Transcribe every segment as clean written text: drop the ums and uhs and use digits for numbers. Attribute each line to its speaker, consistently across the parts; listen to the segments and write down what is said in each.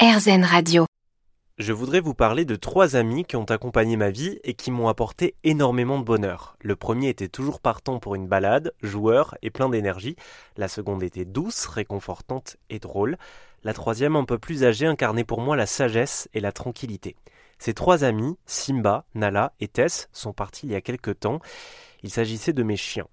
Speaker 1: RZN Radio.
Speaker 2: Je voudrais vous parler de 3 amis qui ont accompagné ma vie et qui m'ont apporté énormément de bonheur. Le premier était toujours partant pour une balade, joueur et plein d'énergie. La seconde était douce, réconfortante et drôle. La troisième, un peu plus âgée, incarnait pour moi la sagesse et la tranquillité. Ces 3 amis, Simba, Nala et Tess, sont partis il y a quelque temps. Il s'agissait de mes chiens.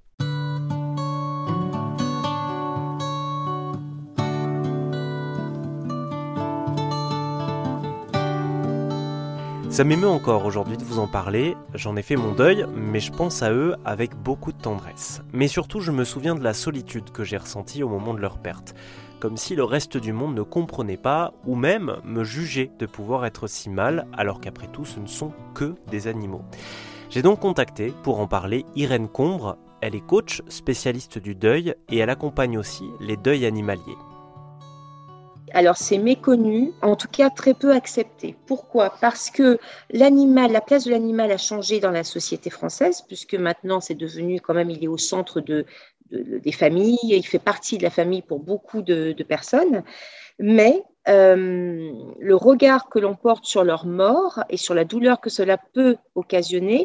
Speaker 2: Ça m'émeut encore aujourd'hui de vous en parler, j'en ai fait mon deuil, mais je pense à eux avec beaucoup de tendresse. Mais surtout, je me souviens de la solitude que j'ai ressentie au moment de leur perte. Comme si le reste du monde ne comprenait pas, ou même me jugeait de pouvoir être si mal, alors qu'après tout, ce ne sont que des animaux. J'ai donc contacté, pour en parler, Irène Combre. Elle est coach, spécialiste du deuil, et elle accompagne aussi les deuils animaliers.
Speaker 3: Alors, c'est méconnu, en tout cas très peu accepté. Pourquoi ? Parce que la place de l'animal a changé dans la société française, puisque maintenant, c'est devenu quand même, il est au centre des familles, il fait partie de la famille pour beaucoup de personnes. Mais le regard que l'on porte sur leur mort et sur la douleur que cela peut occasionner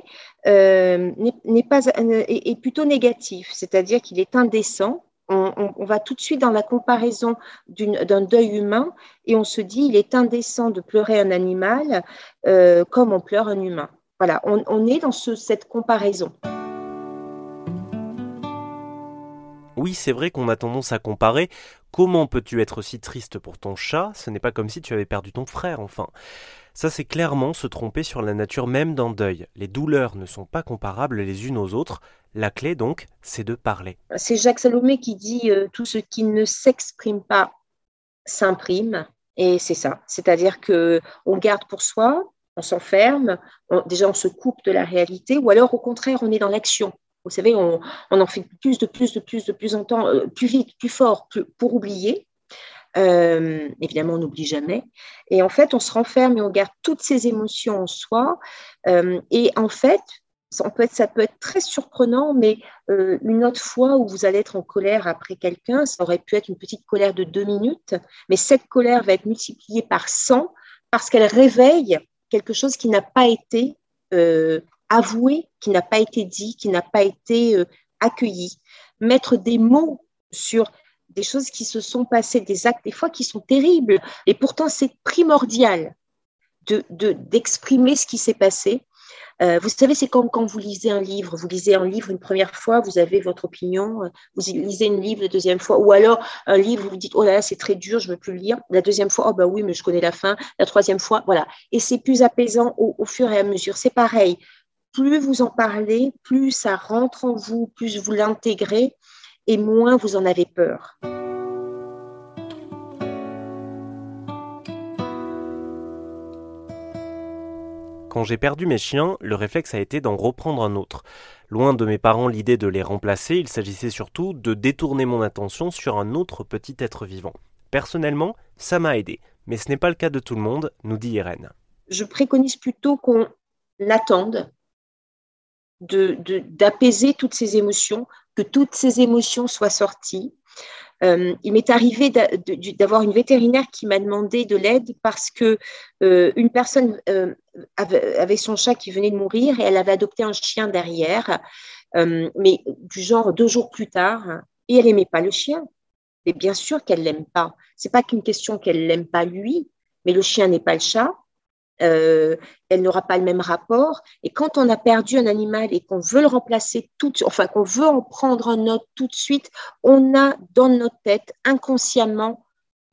Speaker 3: est plutôt négatif, c'est-à-dire qu'il est indécent. On va tout de suite dans la comparaison d'un deuil humain et on se dit il est indécent de pleurer un animal comme on pleure un humain. Voilà, on est dans cette comparaison.
Speaker 2: Oui, c'est vrai qu'on a tendance à comparer. Comment peux-tu être si triste pour ton chat ? Ce n'est pas comme si tu avais perdu ton frère, enfin. Ça, c'est clairement se tromper sur la nature même d'un deuil. Les douleurs ne sont pas comparables les unes aux autres. La clé, donc, c'est de parler.
Speaker 3: C'est Jacques Salomé qui dit tout ce qui ne s'exprime pas s'imprime. Et c'est ça. C'est-à-dire qu'on garde pour soi, on s'enferme, déjà on se coupe de la réalité, ou alors au contraire, on est dans l'action. Vous savez, on en fait de plus en temps, plus vite, plus fort, pour oublier. Évidemment, on n'oublie jamais. Et en fait, on se renferme et on garde toutes ces émotions en soi. Et en fait, ça peut être très surprenant, mais une autre fois où vous allez être en colère après quelqu'un, ça aurait pu être une petite colère de 2 minutes, mais cette colère va être multipliée par 100 parce qu'elle réveille quelque chose qui n'a pas été avoué, qui n'a pas été dit, qui n'a pas été accueilli. Mettre des mots sur des choses qui se sont passées, des actes des fois qui sont terribles, et pourtant c'est primordial d'exprimer ce qui s'est passé. Vous savez, c'est comme quand vous lisez un livre. Vous lisez un livre une première fois, vous avez votre opinion. Vous lisez un livre la deuxième fois, ou alors un livre, vous vous dites, oh là là, c'est très dur, je ne veux plus le lire. La deuxième fois, oh ben oui, mais je connais la fin. La troisième fois, voilà. Et c'est plus apaisant au fur et à mesure. C'est pareil. Plus vous en parlez, plus ça rentre en vous, plus vous l'intégrez, et moins vous en avez peur.
Speaker 2: Quand j'ai perdu mes chiens, le réflexe a été d'en reprendre un autre. Loin de mes parents l'idée de les remplacer, il s'agissait surtout de détourner mon attention sur un autre petit être vivant. Personnellement, ça m'a aidé, mais ce n'est pas le cas de tout le monde, nous dit Irène.
Speaker 3: Je préconise plutôt qu'on attende d'apaiser toutes ces émotions, que toutes ces émotions soient sorties. Il m'est arrivé d'avoir une vétérinaire qui m'a demandé de l'aide parce que une personne avait son chat qui venait de mourir et elle avait adopté un chien derrière, mais du genre 2 jours plus tard, et elle n'aimait pas le chien. Et bien sûr qu'elle ne l'aime pas. Ce n'est pas qu'une question qu'elle ne l'aime pas lui, mais le chien n'est pas le chat. Elle n'aura pas le même rapport. Et quand on a perdu un animal et qu'on veut le remplacer qu'on veut en prendre un autre tout de suite, on a dans notre tête inconsciemment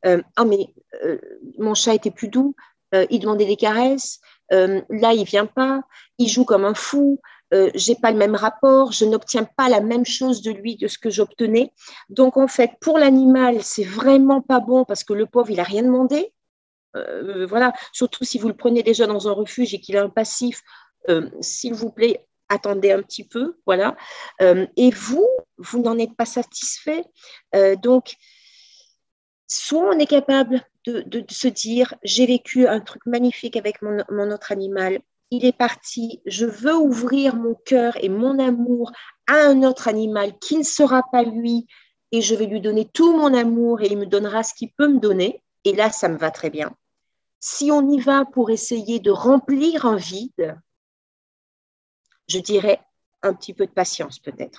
Speaker 3: mon chat était plus doux, il demandait des caresses, là il vient pas, il joue comme un fou, j'ai pas le même rapport, je n'obtiens pas la même chose de lui de ce que j'obtenais. Donc en fait pour l'animal c'est vraiment pas bon parce que le pauvre il a rien demandé. Voilà, surtout si vous le prenez déjà dans un refuge et qu'il a un passif, s'il vous plaît, attendez un petit peu, voilà. Et vous n'en êtes pas satisfait. Donc, soit on est capable de se dire, j'ai vécu un truc magnifique avec mon autre animal, il est parti, je veux ouvrir mon cœur et mon amour à un autre animal qui ne sera pas lui, et je vais lui donner tout mon amour et il me donnera ce qu'il peut me donner, et là, ça me va très bien. Si on y va pour essayer de remplir un vide, je dirais un petit peu de patience peut-être.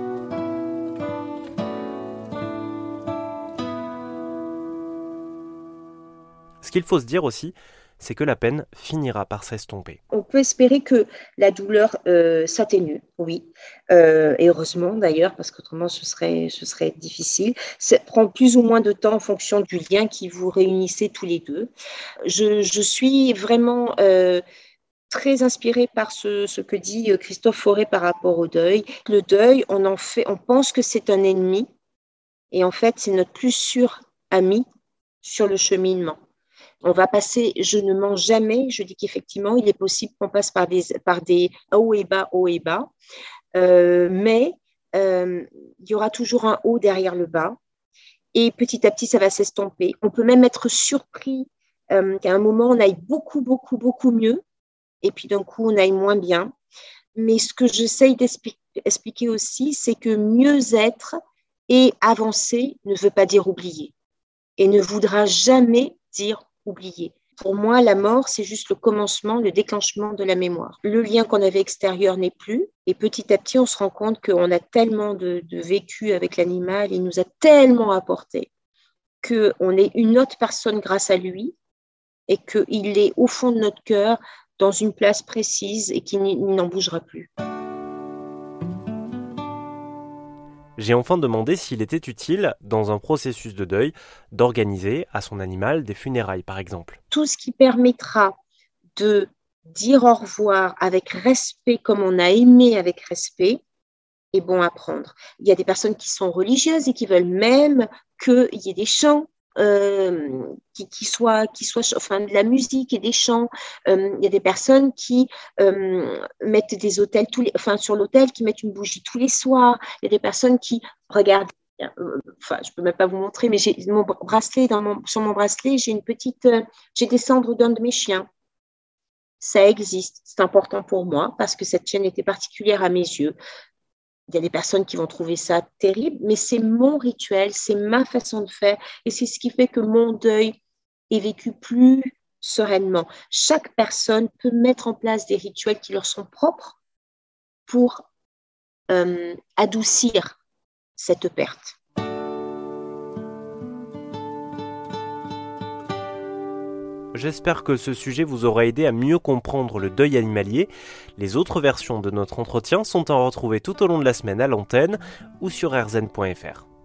Speaker 2: Ce qu'il faut se dire aussi, c'est que la peine finira par s'estomper.
Speaker 3: On peut espérer que la douleur s'atténue, oui. Et heureusement d'ailleurs, parce qu'autrement ce serait difficile. Ça prend plus ou moins de temps en fonction du lien qui vous réunissait tous les deux. Je suis vraiment très inspirée par ce que dit Christophe Fauré par rapport au deuil. Le deuil, on pense que c'est un ennemi, et en fait, c'est notre plus sûr ami sur le cheminement. On va passer, je ne mens jamais, je dis qu'effectivement, il est possible qu'on passe par des hauts et bas, mais il y aura toujours un haut derrière le bas, et petit à petit, ça va s'estomper. On peut même être surpris qu'à un moment, on aille beaucoup mieux, et puis d'un coup, on aille moins bien. Mais ce que j'essaye d'expliquer aussi, c'est que mieux être et avancer ne veut pas dire oublier, et ne voudra jamais dire oublier. Pour moi, la mort, c'est juste le commencement, le déclenchement de la mémoire. Le lien qu'on avait extérieur n'est plus, et petit à petit, on se rend compte qu'on a tellement de vécu avec l'animal, il nous a tellement apporté qu'on est une autre personne grâce à lui, et qu'il est au fond de notre cœur, dans une place précise, et qu'il n'en bougera plus.
Speaker 2: J'ai enfin demandé s'il était utile, dans un processus de deuil, d'organiser à son animal des funérailles, par exemple.
Speaker 3: Tout ce qui permettra de dire au revoir avec respect, comme on a aimé avec respect, est bon à prendre. Il y a des personnes qui sont religieuses et qui veulent même qu'il y ait des chants, qui soient enfin, de la musique et des chants. Il y a des personnes qui mettent des autels sur l'autel, qui mettent une bougie tous les soirs. Il y a des personnes qui regardent. Enfin, je peux même pas vous montrer, mais j'ai mon bracelet sur mon bracelet, j'ai des cendres d'un de mes chiens. Ça existe, c'est important pour moi parce que cette chaîne était particulière à mes yeux. Il y a des personnes qui vont trouver ça terrible, mais c'est mon rituel, c'est ma façon de faire, et c'est ce qui fait que mon deuil est vécu plus sereinement. Chaque personne peut mettre en place des rituels qui leur sont propres pour adoucir cette perte.
Speaker 2: J'espère que ce sujet vous aura aidé à mieux comprendre le deuil animalier. Les autres versions de notre entretien sont à retrouver tout au long de la semaine à l'antenne ou sur rzn.fr.